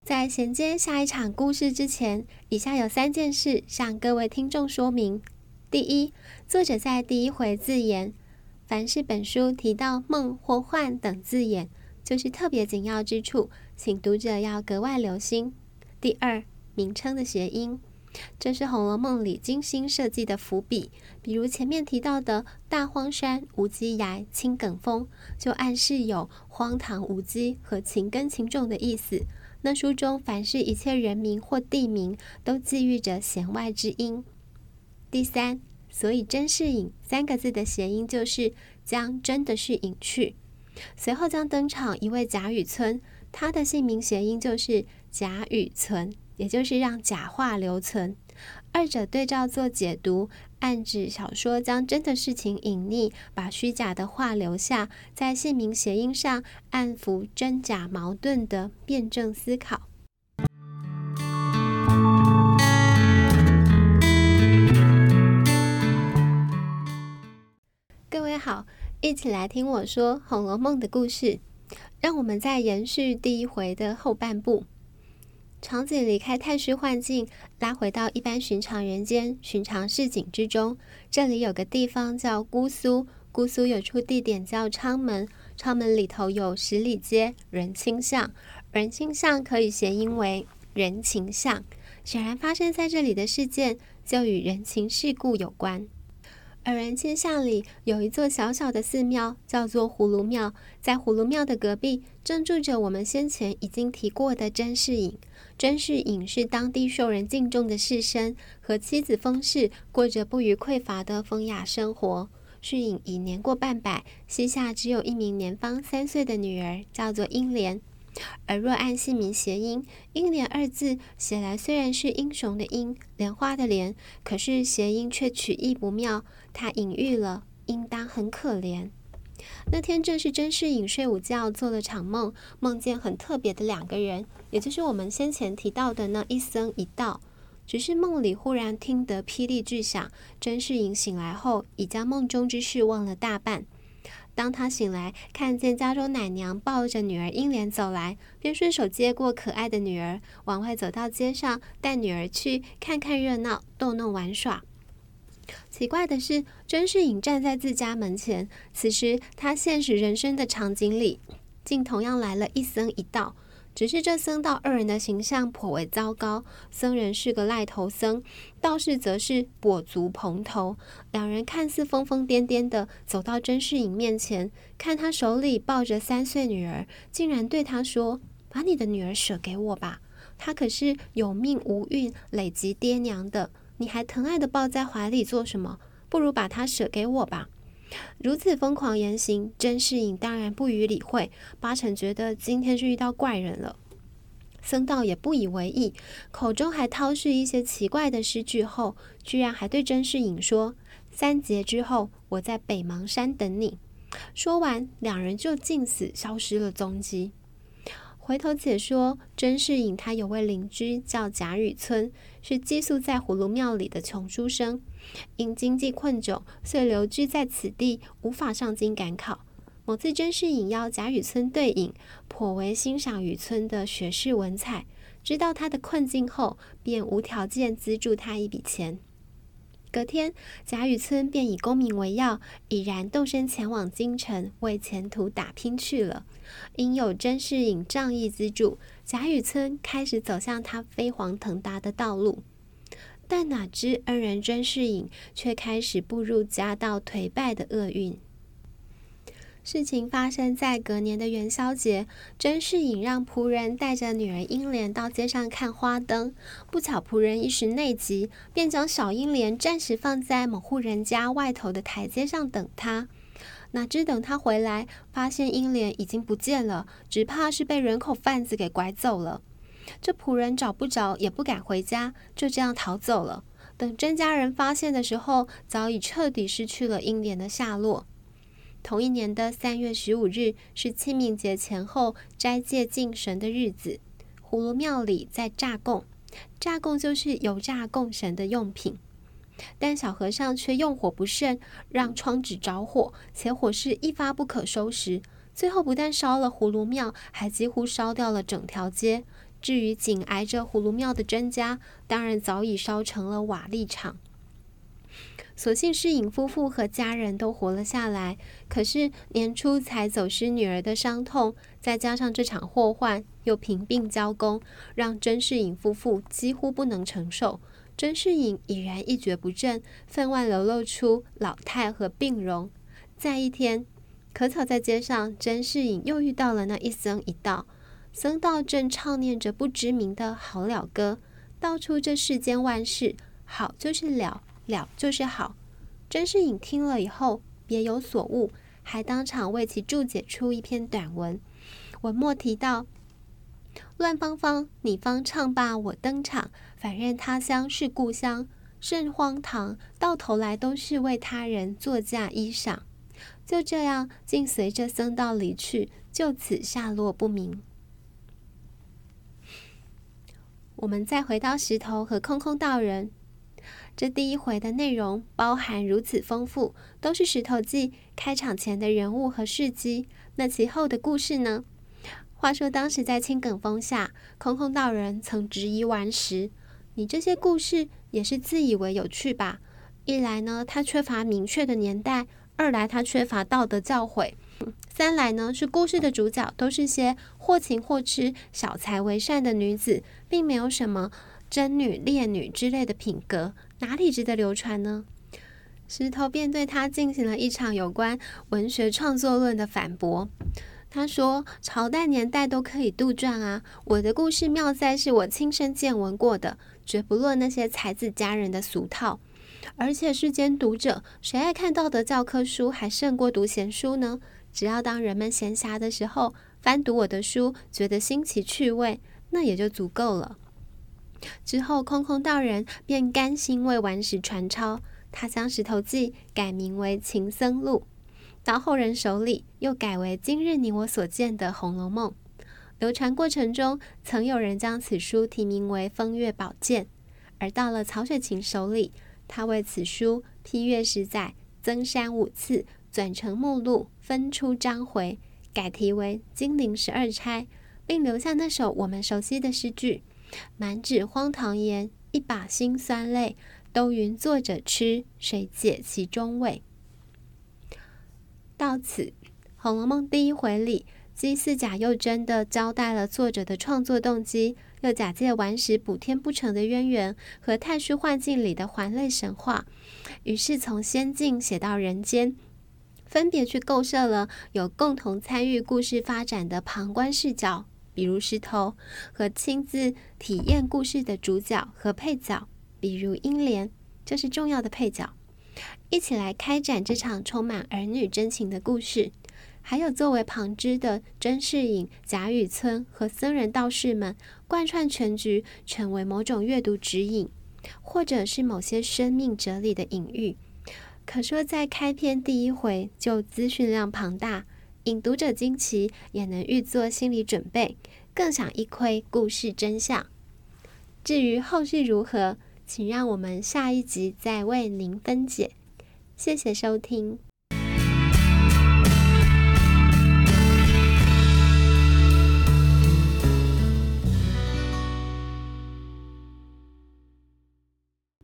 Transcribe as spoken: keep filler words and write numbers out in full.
在衔接下一场故事之前，以下有三件事向各位听众说明。第一，作者在第一回自言，凡是本书提到梦或幻等字眼，就是特别紧要之处，请读者要格外留心。第二，名称的谐音，这是《红楼梦》里精心设计的伏笔，比如前面提到的大荒山、无稽崖、青埂峰，就暗示有荒唐无稽和情根情重的意思。那书中凡是一切人名或地名，都寄寓着弦外之音。第三，所以甄士隐三个字的谐音就是将真的是隐去。随后将登场一位贾雨村，他的姓名谐音就是贾雨存，也就是让假话留存。二者对照做解读，暗指小说将真的事情隐匿，把虚假的话留下，在姓名谐音上暗伏真假矛盾的辩证思考。各位好，一起来听我说《红楼梦》的故事。让我们再延续第一回的后半部。场景离开太虚幻境，拉回到一般寻常人间、寻常市井之中。这里有个地方叫姑苏，姑苏有处地点叫昌门，昌门里头有十里街、人清巷，人清巷可以谐音为人情巷。显然发生在这里的事件就与人情世故有关。而人清巷里有一座小小的寺庙，叫做葫芦庙。在葫芦庙的隔壁，正住着我们先前已经提过的甄士隐。甄士隐是当地受人敬重的士绅，和妻子封氏过着不虞匮乏的风雅生活。士隐已年过半百，膝下只有一名年方三岁的女儿，叫做英莲。而若按姓名谐音，英莲二字写来虽然是英雄的英，莲花的莲，可是谐音却取意不妙，它隐喻了应当很可怜。那天正是甄士隐睡午觉，做了场梦，梦见很特别的两个人，也就是我们先前提到的那一僧一道。只是梦里忽然听得霹雳巨响，甄士隐醒来后已将梦中之事忘了大半。当他醒来，看见家中奶娘抱着女儿英莲走来，便顺手接过可爱的女儿，往外走到街上，带女儿去看看热闹，逗弄玩耍。奇怪的是，甄士隐站在自家门前，此时他现实人生的场景里，竟同样来了一僧一道。只是这僧道二人的形象颇为糟糕，僧人是个赖头僧，道士则是跛足蓬头。两人看似疯疯癫癫的走到甄士隐面前，看他手里抱着三岁女儿，竟然对他说：“把你的女儿舍给我吧，她可是有命无运累及爹娘的，你还疼爱的抱在怀里做什么？不如把她舍给我吧。”如此疯狂言行，甄士隐当然不予理会，八成觉得今天是遇到怪人了。僧道也不以为意，口中还叨絮一些奇怪的诗句后，居然还对甄士隐说：“三节之后，我在北邙山等你。”说完，两人就尽死消失了踪迹。回头解说，甄士隐他有位邻居叫贾雨村，是寄宿在葫芦庙里的穷书生，因经济困窘，遂留居在此地，无法上京赶考。某次甄士隐邀贾雨村对饮，颇为欣赏雨村的学识文采，知道他的困境后，便无条件资助他一笔钱。隔天，贾雨村便以功名为要，已然动身前往京城，为前途打拼去了。因有甄士隐仗义资助，贾雨村开始走向他飞黄腾达的道路。但哪知恩人甄士隐却开始步入家道颓败的厄运。事情发生在隔年的元宵节，甄士隐让仆人带着女儿英莲到街上看花灯，不巧仆人一时内急，便将小英莲暂时放在某户人家外头的台阶上等他。哪知等他回来，发现英莲已经不见了，只怕是被人口贩子给拐走了。这仆人找不着，也不敢回家，就这样逃走了。等甄家人发现的时候，早已彻底失去了英莲的下落。同一年的三月十五日是清明节前后斋戒敬神的日子，葫芦庙里在炸供，炸供就是油炸供神的用品。但小和尚却用火不慎，让窗纸着火，且火势一发不可收拾。最后不但烧了葫芦庙，还几乎烧掉了整条街。 至于紧挨着葫芦庙的甄家，当然早已烧成了瓦砾场。所幸世隐夫妇和家人都活了下来，可是年初才走失女儿的伤痛，再加上这场祸患又贫病交工，让甄士隐夫妇几乎不能承受。甄士隐已然一蹶不振，分外流露出老态和病容。在一天，可巧在街上，甄士隐又遇到了那一僧一道。僧道正唱念着不知名的好了歌，道出这世间万事，好就是了，了就是好。甄士隐听了以后别有所悟，还当场为其注解出一篇短文。文末提到：乱芳芳，你方唱罢我登场，反认他乡是故乡，甚荒唐，到头来都是为他人作嫁衣裳。就这样，竟随着僧道离去，就此下落不明。我们再回到石头和空空道人，这第一回的内容包含如此丰富，都是石头记开场前的人物和事迹。那其后的故事呢？话说当时在青埂峰下，空空道人曾质疑顽石：你这些故事也是自以为有趣吧？一来呢，它缺乏明确的年代；二来它缺乏道德教诲；三来呢，是故事的主角都是些或情或痴、小财为善的女子，并没有什么贞女、烈女之类的品格，哪里值得流传呢？石头便对他进行了一场有关文学创作论的反驳。他说：朝代年代都可以杜撰啊，我的故事妙在是我亲身见闻过的，绝不论那些才子佳人的俗套。而且世间读者，谁爱看道德教科书还胜过读闲书呢？只要当人们闲暇的时候翻读我的书，觉得新奇趣味，那也就足够了。之后空空道人便甘心为顽石传抄，他将石头记改名为情僧录，到后人手里又改为今日你我所见的《红楼梦》。流传过程中，曾有人将此书题名为《风月宝鉴》，而到了曹雪芹手里，他为此书批阅十载，增删五次，转成目录，分出章回，改题为《金陵十二钗》，并留下那首我们熟悉的诗句：满纸荒唐言，一把辛酸泪，都云作者痴，谁解其中味。到此，《红楼梦》第一回里，既似假又真的交代了作者的创作动机，又假借顽石补天不成的渊源和太虚幻境里的环类神话，于是从仙境写到人间，分别去构设了有共同参与故事发展的旁观视角，比如石头，和亲自体验故事的主角和配角，比如英莲，这是重要的配角，一起来开展这场充满儿女真情的故事。还有作为旁支的甄士隐、贾雨村和僧人道士们，贯穿全局，成为某种阅读指引，或者是某些生命哲理的隐喻。可说在开篇第一回就资讯量庞大，引读者惊奇，也能预做心理准备，更想一窥故事真相。至于后续如何，请让我们下一集再为您分解。谢谢收听。